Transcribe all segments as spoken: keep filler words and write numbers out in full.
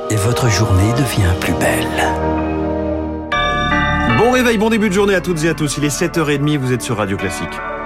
et votre journée devient plus belle. Bon réveil, bon début de journée à toutes et à tous. Il est sept heures trente, vous êtes sur Radio Classique.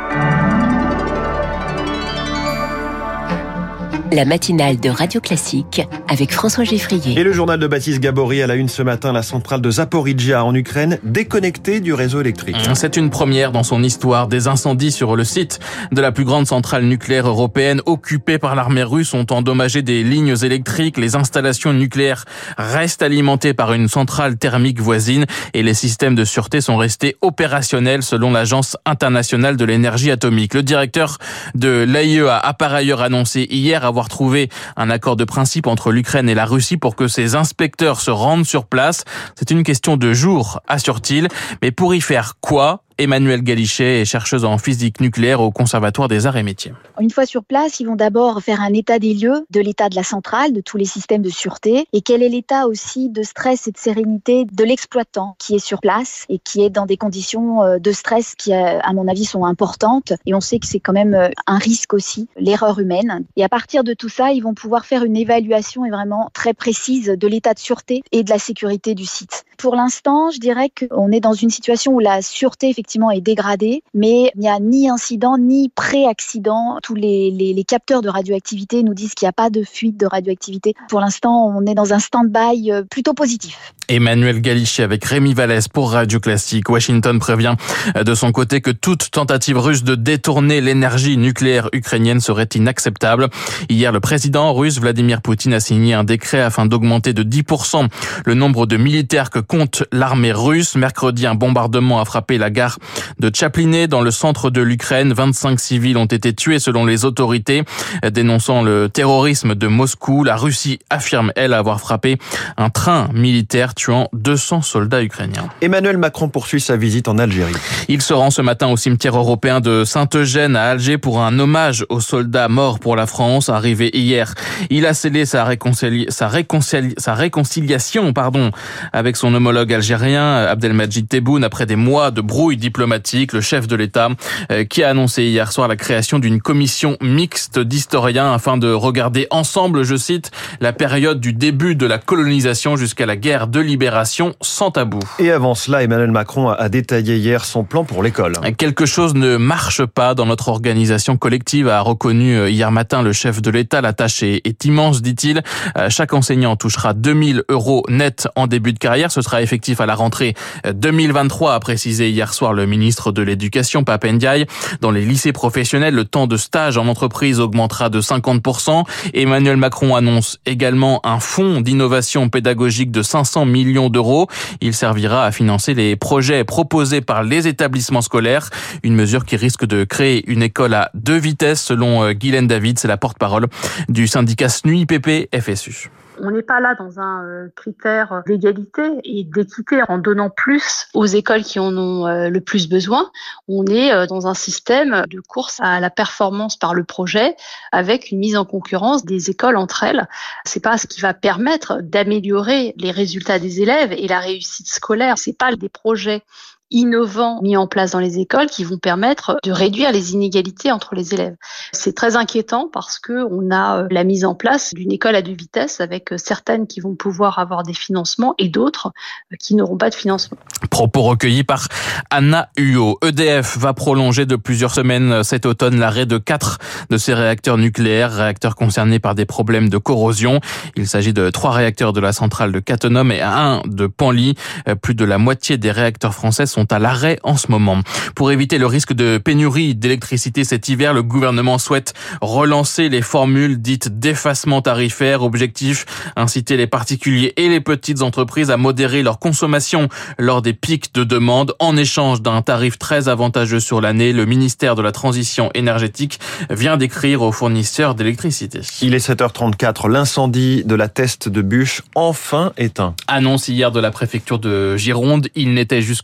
La matinale de Radio Classique avec François Geffrier. Et le journal de Baptiste Gabory à la une ce matin, la centrale de Zaporijia en Ukraine déconnectée du réseau électrique. C'est une première dans son histoire. Des incendies sur le site de la plus grande centrale nucléaire européenne occupée par l'armée russe ont endommagé des lignes électriques. Les installations nucléaires restent alimentées par une centrale thermique voisine et les systèmes de sûreté sont restés opérationnels selon l'Agence internationale de l'énergie atomique. Le directeur de l'A I E A a par ailleurs annoncé hier avoir trouvé un accord de principe entre l'Ukraine et la Russie pour que ces inspecteurs se rendent sur place. C'est une question de jours, assure-t-il. Mais pour y faire quoi ? Emmanuelle Galichet est chercheuse en physique nucléaire au Conservatoire des Arts et Métiers. Une fois sur place, ils vont d'abord faire un état des lieux de l'état de la centrale, de tous les systèmes de sûreté et quel est l'état aussi de stress et de sérénité de l'exploitant qui est sur place et qui est dans des conditions de stress qui, à mon avis, sont importantes. Et on sait que c'est quand même un risque aussi, l'erreur humaine. Et à partir de tout ça, ils vont pouvoir faire une évaluation et vraiment très précise de l'état de sûreté et de la sécurité du site. Pour l'instant, je dirais qu'on est dans une situation où la sûreté, effectivement, est dégradée, mais il n'y a ni incident, ni pré-accident. Tous les, les, les capteurs de radioactivité nous disent qu'il n'y a pas de fuite de radioactivité. Pour l'instant, on est dans un stand-by plutôt positif. Emmanuelle Galichet avec Rémi Vallès pour Radio Classique. Washington prévient de son côté que toute tentative russe de détourner l'énergie nucléaire ukrainienne serait inacceptable. Hier, le président russe Vladimir Poutine a signé un décret afin d'augmenter de dix pour cent le nombre de militaires que compte l'armée russe. Mercredi, un bombardement a frappé la gare de Tchapliné dans le centre de l'Ukraine. vingt-cinq civils ont été tués selon les autorités. Dénonçant le terrorisme de Moscou, la Russie affirme, elle, avoir frappé un train militaire tuant deux cents soldats ukrainiens. Emmanuel Macron poursuit sa visite en Algérie. Il se rend ce matin au cimetière européen de Saint-Eugène à Alger pour un hommage aux soldats morts pour la France. Arrivé hier, il a scellé sa, réconcili... sa, réconcili... sa réconciliation pardon, avec son homologue algérien Abdelmadjid Tebboune après des mois de brouille diplomatique. Le chef de l'État qui a annoncé hier soir la création d'une commission mixte d'historiens afin de regarder ensemble, je cite, la période du début de la colonisation jusqu'à la guerre de libération sans tabou. Et avant cela, Emmanuel Macron a détaillé hier son plan pour l'école. Quelque chose ne marche pas dans notre organisation collective, a reconnu hier matin le chef de l'État. La tâche est, est immense, dit-il. Chaque enseignant touchera deux mille euros net en début de carrière. Ce sera effectif à la rentrée deux mille vingt-trois, a précisé hier soir le ministre de l'Éducation, Pape Ndiaye. Dans les lycées professionnels, le temps de stage en entreprise augmentera de cinquante pour cent. Emmanuel Macron annonce également un fonds d'innovation pédagogique de cinq cents millions d'euros. Il servira à financer les projets proposés par les établissements scolaires. Une mesure qui risque de créer une école à deux vitesses, selon Guylaine David, c'est la porte-parole du syndicat S N U I P P F S U. On n'est pas là dans un euh, critère d'égalité et d'équité en donnant plus aux écoles qui en ont euh, le plus besoin. On est euh, dans un système de course à la performance par le projet avec une mise en concurrence des écoles entre elles. C'est pas ce qui va permettre d'améliorer les résultats des élèves et la réussite scolaire. C'est pas des projets innovants mis en place dans les écoles qui vont permettre de réduire les inégalités entre les élèves. C'est très inquiétant parce que on a la mise en place d'une école à deux vitesses avec certaines qui vont pouvoir avoir des financements et d'autres qui n'auront pas de financement. Propos recueillis par Anna Huot. E D F va prolonger de plusieurs semaines cet automne l'arrêt de quatre de ses réacteurs nucléaires, réacteurs concernés par des problèmes de corrosion. Il s'agit de trois réacteurs de la centrale de Cattenom et un de Penly. Plus de la moitié des réacteurs français sont à l'arrêt en ce moment. Pour éviter le risque de pénurie d'électricité cet hiver, le gouvernement souhaite relancer les formules dites d'effacement tarifaire. Objectif, inciter les particuliers et les petites entreprises à modérer leur consommation lors des pics de demande. En échange d'un tarif très avantageux sur l'année, le ministère de la Transition énergétique vient d'écrire aux fournisseurs d'électricité. Il est sept heures trente-quatre. L'incendie de la Teste de Buch enfin éteint. Annonce hier de la préfecture de Gironde. Il n'était jusque-là que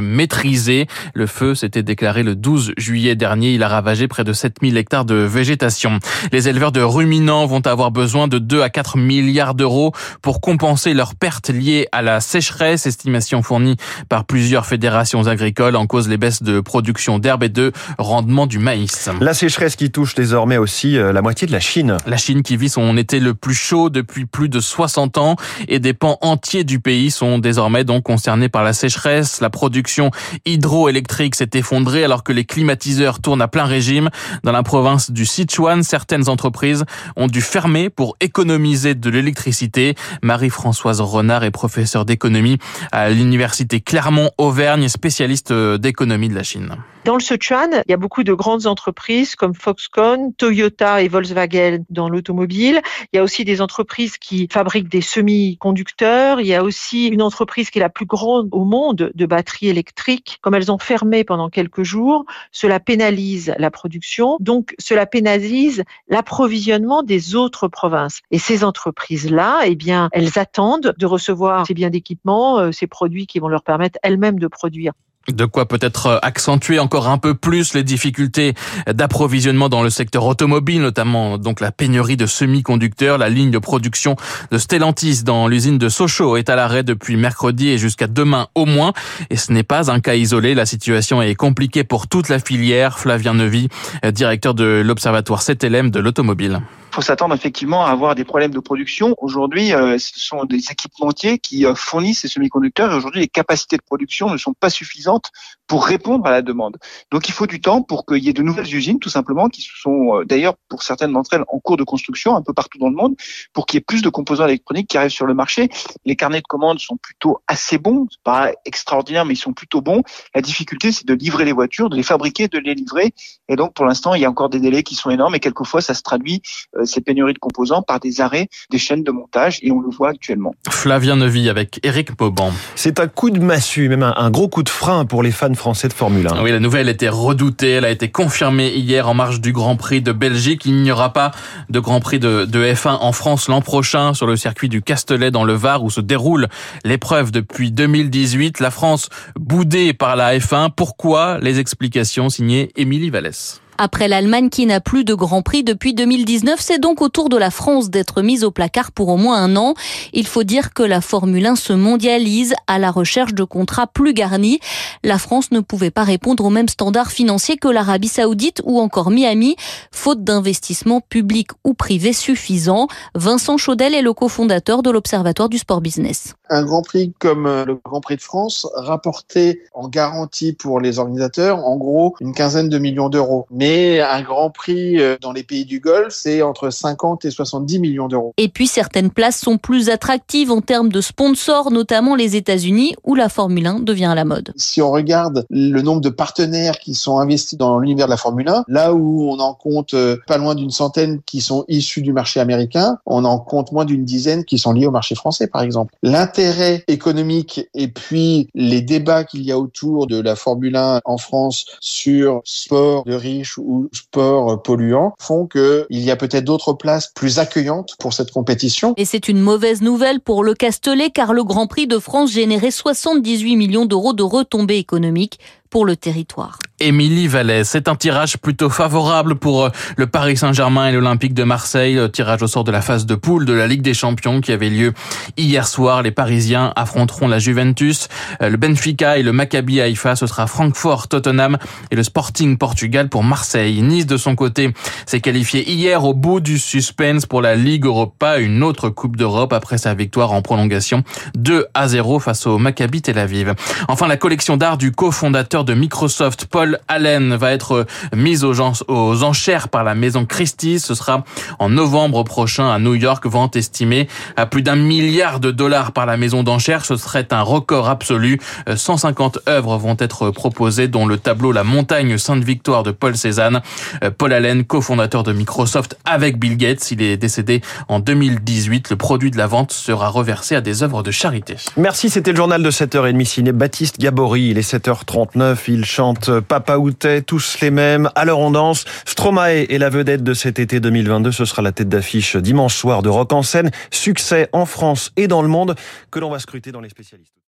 maîtrisée. Le feu s'était déclaré le douze juillet dernier. Il a ravagé près de sept mille hectares de végétation. Les éleveurs de ruminants vont avoir besoin de deux à quatre milliards d'euros pour compenser leurs pertes liées à la sécheresse, estimation fournie par plusieurs fédérations agricoles. En cause les baisses de production d'herbe et de rendement du maïs. La sécheresse qui touche désormais aussi la moitié de la Chine. La Chine qui vit son été le plus chaud depuis plus de soixante ans et des pans entiers du pays sont désormais donc concernés par la sécheresse. La production hydroélectrique s'est effondrée alors que les climatiseurs tournent à plein régime. Dans la province du Sichuan, certaines entreprises ont dû fermer pour économiser de l'électricité. Marie-Françoise Renard est professeure d'économie à l'université Clermont-Auvergne, spécialiste d'économie de la Chine. Dans le Sichuan, il y a beaucoup de grandes entreprises comme Foxconn, Toyota et Volkswagen dans l'automobile. Il y a aussi des entreprises qui fabriquent des semi-conducteurs. Il y a aussi une entreprise qui est la plus grande au monde de batteries électriques. Comme elles ont fermé pendant quelques jours, cela pénalise la production. Donc, cela pénalise l'approvisionnement des autres provinces. Et ces entreprises-là, eh bien, elles attendent de recevoir ces biens d'équipement, ces produits qui vont leur permettre elles-mêmes de produire. De quoi peut-être accentuer encore un peu plus les difficultés d'approvisionnement dans le secteur automobile, notamment donc la pénurie de semi-conducteurs. La ligne de production de Stellantis dans l'usine de Sochaux est à l'arrêt depuis mercredi et jusqu'à demain au moins. Et ce n'est pas un cas isolé. La situation est compliquée pour toute la filière. Flavien Neuvy, directeur de l'Observatoire sept L M de l'automobile. Il faut s'attendre effectivement à avoir des problèmes de production. Aujourd'hui, euh, ce sont des équipementiers qui euh, fournissent ces semi-conducteurs et aujourd'hui, les capacités de production ne sont pas suffisantes pour répondre à la demande. Donc, il faut du temps pour qu'il y ait de nouvelles usines, tout simplement, qui sont euh, d'ailleurs, pour certaines d'entre elles, en cours de construction un peu partout dans le monde, pour qu'il y ait plus de composants électroniques qui arrivent sur le marché. Les carnets de commandes sont plutôt assez bons, c'est pas extraordinaire, mais ils sont plutôt bons. La difficulté, c'est de livrer les voitures, de les fabriquer, de les livrer. Et donc, pour l'instant, il y a encore des délais qui sont énormes et quelquefois, ça se traduit euh, ces pénuries de composants par des arrêts des chaînes de montage et on le voit actuellement. Flavien Neuvy avec Éric Mauban. C'est un coup de massue, même un, un gros coup de frein pour les fans français de Formule un. Oui, la nouvelle était redoutée, elle a été confirmée hier en marge du Grand Prix de Belgique. Il n'y aura pas de Grand Prix de, de F un en France l'an prochain sur le circuit du Castellet dans le Var où se déroule l'épreuve depuis deux mille dix-huit. La France boudée par la F un. Pourquoi? Les explications signées Émilie Vallès. Après l'Allemagne qui n'a plus de Grand Prix depuis deux mille dix-neuf, c'est donc au tour de la France d'être mise au placard pour au moins un an. Il faut dire que la Formule un se mondialise à la recherche de contrats plus garnis. La France ne pouvait pas répondre aux mêmes standards financiers que l'Arabie Saoudite ou encore Miami, faute d'investissements publics ou privés suffisants. Vincent Chaudel est le cofondateur de l'Observatoire du Sport Business. Un Grand Prix comme le Grand Prix de France rapportait en garantie pour les organisateurs, en gros, une quinzaine de millions d'euros. Mais Et un Grand Prix dans les pays du Golfe, c'est entre cinquante et soixante-dix millions d'euros. Et puis certaines places sont plus attractives en termes de sponsors, notamment les États-Unis, où la Formule un devient à la mode. Si on regarde le nombre de partenaires qui sont investis dans l'univers de la Formule un, là où on en compte pas loin d'une centaine qui sont issus du marché américain, on en compte moins d'une dizaine qui sont liés au marché français, par exemple. L'intérêt économique et puis les débats qu'il y a autour de la Formule un en France sur sport de riches ou sport polluant font qu'il y a peut-être d'autres places plus accueillantes pour cette compétition. Et c'est une mauvaise nouvelle pour le Castellet car le Grand Prix de France générait soixante-dix-huit millions d'euros de retombées économiques pour le territoire. Émilie Vallès, c'est un tirage plutôt favorable pour le Paris Saint-Germain et l'Olympique de Marseille. Le tirage au sort de la phase de poule de la Ligue des Champions qui avait lieu hier soir. Les Parisiens affronteront la Juventus, le Benfica et le Maccabi Haïfa. Ce sera Francfort, Tottenham et le Sporting Portugal pour Marseille. Nice, de son côté, s'est qualifié hier au bout du suspense pour la Ligue Europa, une autre Coupe d'Europe après sa victoire en prolongation deux à zéro face au Maccabi Tel Aviv. Enfin, la collection d'art du cofondateur de Microsoft, Paul Allen, va être mise aux, gens, aux enchères par la maison Christie's. Ce sera en novembre prochain à New York, vente estimée à plus d'un milliard de dollars par la maison d'enchères. Ce serait un record absolu. cent cinquante œuvres vont être proposées, dont le tableau La Montagne Sainte-Victoire de Paul Cézanne. Paul Allen, cofondateur de Microsoft avec Bill Gates, il est décédé en deux mille dix-huit. Le produit de la vente sera reversé à des œuvres de charité. Merci, c'était le journal de sept heures trente signé Baptiste Gabory. Il est sept heures trente-neuf. Il chante Papa Outé, tous les mêmes. Alors on danse. Stromae est la vedette de cet été deux mille vingt-deux. Ce sera la tête d'affiche dimanche soir de Rock en scène. Succès en France et dans le monde que l'on va scruter dans les spécialistes.